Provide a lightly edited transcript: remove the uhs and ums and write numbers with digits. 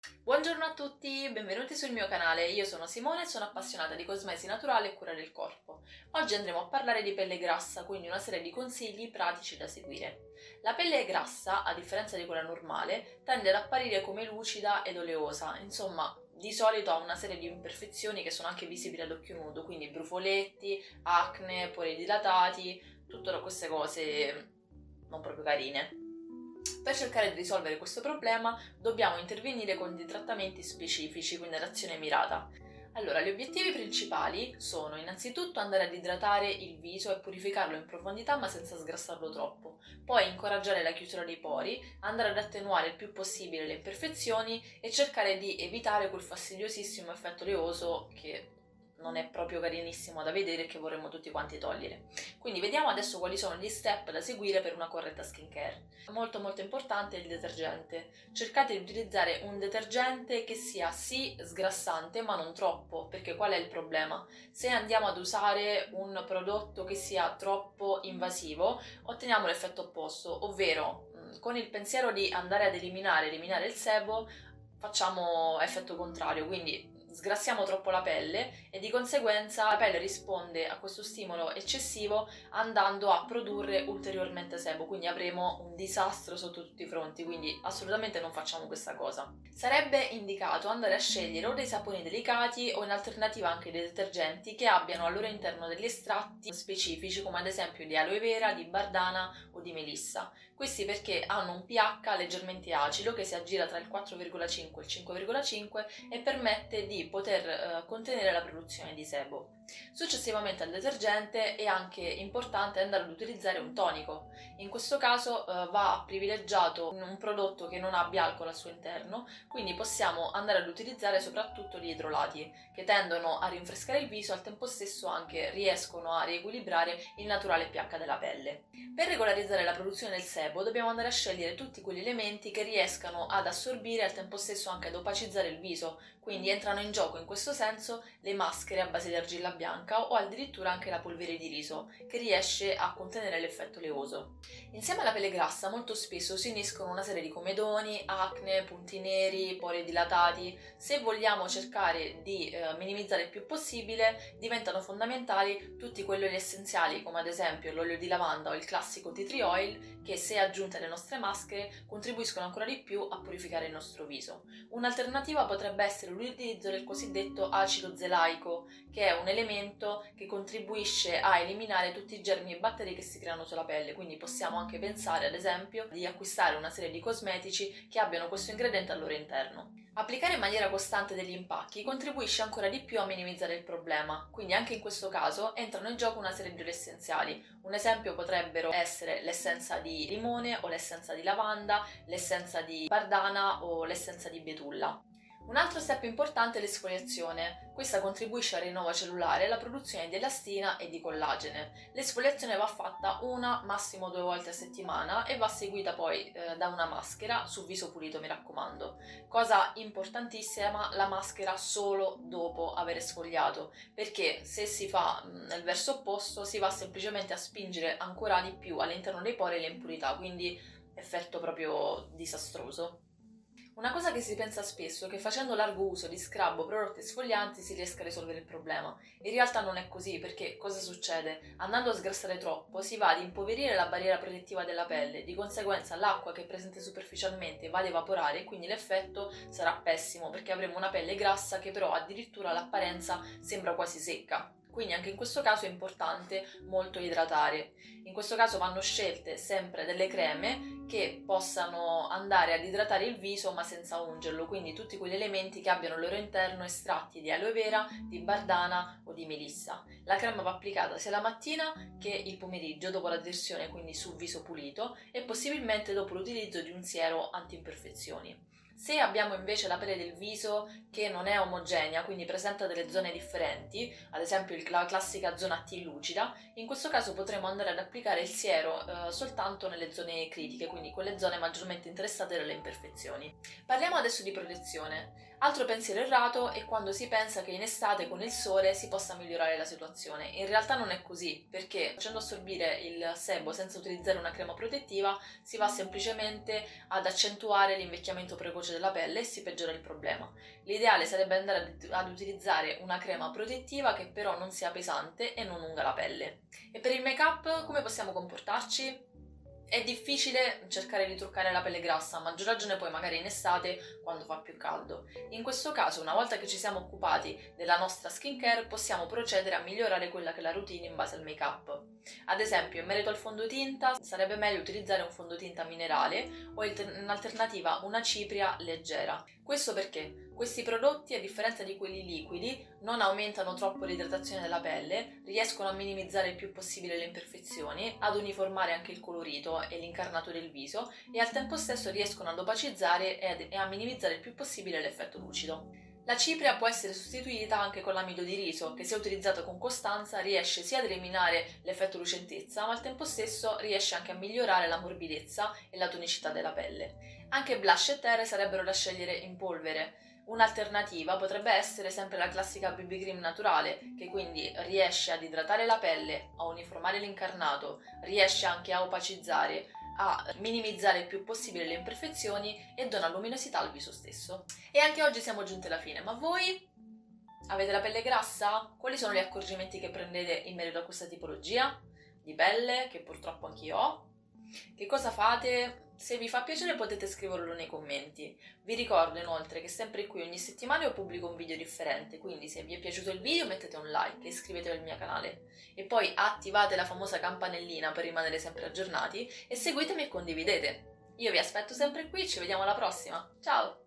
Buongiorno a tutti, benvenuti sul mio canale. Io sono Simone e sono appassionata di cosmesi naturale e cura del corpo. Oggi andremo a parlare di pelle grassa, quindi una serie di consigli pratici da seguire. La pelle grassa, a differenza di quella normale, tende ad apparire come lucida ed oleosa, insomma, di solito ha una serie di imperfezioni che sono anche visibili ad occhio nudo, quindi brufoletti, acne, pori dilatati, tutte queste cose non proprio carine. Per cercare di risolvere questo problema dobbiamo intervenire con dei trattamenti specifici, quindi ad azione mirata. Allora, gli obiettivi principali sono innanzitutto andare ad idratare il viso e purificarlo in profondità ma senza sgrassarlo troppo, poi incoraggiare la chiusura dei pori, andare ad attenuare il più possibile le imperfezioni e cercare di evitare quel fastidiosissimo effetto oleoso che non è proprio carinissimo da vedere e che vorremmo tutti quanti togliere. Quindi vediamo adesso quali sono gli step da seguire per una corretta skincare. Molto importante è il detergente. Cercate di utilizzare un detergente che sia sì sgrassante ma non troppo, perché qual è il problema? Se andiamo ad usare un prodotto che sia troppo invasivo, otteniamo l'effetto opposto, ovvero con il pensiero di andare ad eliminare il sebo, facciamo effetto contrario, quindi sgrassiamo troppo la pelle e di conseguenza la pelle risponde a questo stimolo eccessivo andando a produrre ulteriormente sebo, quindi avremo un disastro sotto tutti i fronti, quindi assolutamente non facciamo questa cosa. Sarebbe indicato andare a scegliere o dei saponi delicati o in alternativa anche dei detergenti che abbiano al loro interno degli estratti specifici come ad esempio di aloe vera, di bardana o di melissa. Questi perché hanno un pH leggermente acido che si aggira tra il 4,5 e il 5,5 e permette di poter contenere la produzione di sebo. Successivamente al detergente è anche importante andare ad utilizzare un tonico. In questo caso va privilegiato un prodotto che non abbia alcol al suo interno, quindi possiamo andare ad utilizzare soprattutto gli idrolati, che tendono a rinfrescare il viso e al tempo stesso anche riescono a riequilibrare il naturale pH della pelle. Per regolarizzare la produzione del sebo dobbiamo andare a scegliere tutti quegli elementi che riescano ad assorbire e al tempo stesso anche ad opacizzare il viso, quindi entrano in gioco in questo senso le maschere a base di argilla bianca o addirittura anche la polvere di riso, che riesce a contenere l'effetto oleoso. Insieme alla pelle grassa molto spesso si uniscono una serie di comedoni, acne, punti neri, pori dilatati. Se vogliamo cercare di minimizzare il più possibile, diventano fondamentali tutti quelli essenziali come ad esempio l'olio di lavanda o il classico tea tree oil che se aggiunte alle nostre maschere contribuiscono ancora di più a purificare il nostro viso. Un'alternativa potrebbe essere l'utilizzo del cosiddetto acido zelaico, che è un elemento che contribuisce a eliminare tutti i germi e batteri che si creano sulla pelle, quindi possiamo anche pensare ad esempio di acquistare una serie di cosmetici che abbiano questo ingrediente al loro interno. Applicare in maniera costante degli impacchi contribuisce ancora di più a minimizzare il problema, quindi anche in questo caso entrano in gioco una serie di oli essenziali. Un esempio potrebbero essere l'essenza di limone o l'essenza di lavanda, l'essenza di bardana o l'essenza di betulla. Un altro step importante è l'esfoliazione. Questa contribuisce al rinnovo cellulare e alla produzione di elastina e di collagene. L'esfoliazione va fatta una, massimo 2 volte a settimana e va seguita poi da una maschera su viso pulito, mi raccomando. Cosa importantissima, la maschera solo dopo aver esfoliato, perché se si fa nel verso opposto si va semplicemente a spingere ancora di più all'interno dei pori le impurità, quindi effetto proprio disastroso. Una cosa che si pensa spesso è che facendo largo uso di scrub o prodotti esfolianti si riesca a risolvere il problema. In realtà non è così, perché cosa succede? Andando a sgrassare troppo si va ad impoverire la barriera protettiva della pelle, di conseguenza l'acqua che è presente superficialmente va ad evaporare e quindi l'effetto sarà pessimo, perché avremo una pelle grassa che però addirittura all'apparenza sembra quasi secca. Quindi anche in questo caso è importante molto idratare. In questo caso vanno scelte sempre delle creme che possano andare ad idratare il viso ma senza ungerlo, quindi tutti quegli elementi che abbiano al loro interno estratti di aloe vera, di bardana o di melissa. La crema va applicata sia la mattina che il pomeriggio dopo la detersione, quindi sul viso pulito e possibilmente dopo l'utilizzo di un siero anti-imperfezioni. Se abbiamo invece la pelle del viso che non è omogenea, quindi presenta delle zone differenti, ad esempio la classica zona T lucida, in questo caso potremo andare ad applicare il siero soltanto nelle zone critiche, quindi quelle zone maggiormente interessate dalle imperfezioni. Parliamo adesso di protezione. Altro pensiero errato è quando si pensa che in estate con il sole si possa migliorare la situazione. In realtà non è così, perché facendo assorbire il sebo senza utilizzare una crema protettiva si va semplicemente ad accentuare l'invecchiamento precoce veloce della pelle e si peggiora il problema. L'ideale sarebbe andare ad utilizzare una crema protettiva che però non sia pesante e non unga la pelle. E per il make-up come possiamo comportarci? È difficile cercare di truccare la pelle grassa, a maggior ragione poi magari in estate quando fa più caldo. In questo caso, una volta che ci siamo occupati della nostra skincare, possiamo procedere a migliorare quella che è la routine in base al make-up. Ad esempio, in merito al fondotinta, sarebbe meglio utilizzare un fondotinta minerale o in alternativa una cipria leggera. Questo perché questi prodotti, a differenza di quelli liquidi, non aumentano troppo l'idratazione della pelle, riescono a minimizzare il più possibile le imperfezioni, ad uniformare anche il colorito e l'incarnato del viso e al tempo stesso riescono ad opacizzare e a minimizzare il più possibile l'effetto lucido. La cipria può essere sostituita anche con l'amido di riso, che se utilizzato con costanza riesce sia ad eliminare l'effetto lucentezza, ma al tempo stesso riesce anche a migliorare la morbidezza e la tonicità della pelle. Anche blush e terre sarebbero da scegliere in polvere. Un'alternativa potrebbe essere sempre la classica BB cream naturale, che quindi riesce ad idratare la pelle, a uniformare l'incarnato, riesce anche a opacizzare, a minimizzare il più possibile le imperfezioni e dona luminosità al viso stesso. E anche oggi siamo giunti alla fine, ma voi avete la pelle grassa? Quali sono gli accorgimenti che prendete in merito a questa tipologia di pelle, che purtroppo anch'io ho? Che cosa fate? Se vi fa piacere potete scriverlo nei commenti. Vi ricordo inoltre che sempre qui ogni settimana io pubblico un video differente, quindi se vi è piaciuto il video mettete un like e iscrivetevi al mio canale. E poi attivate la famosa campanellina per rimanere sempre aggiornati e seguitemi e condividete. Io vi aspetto sempre qui, ci vediamo alla prossima. Ciao!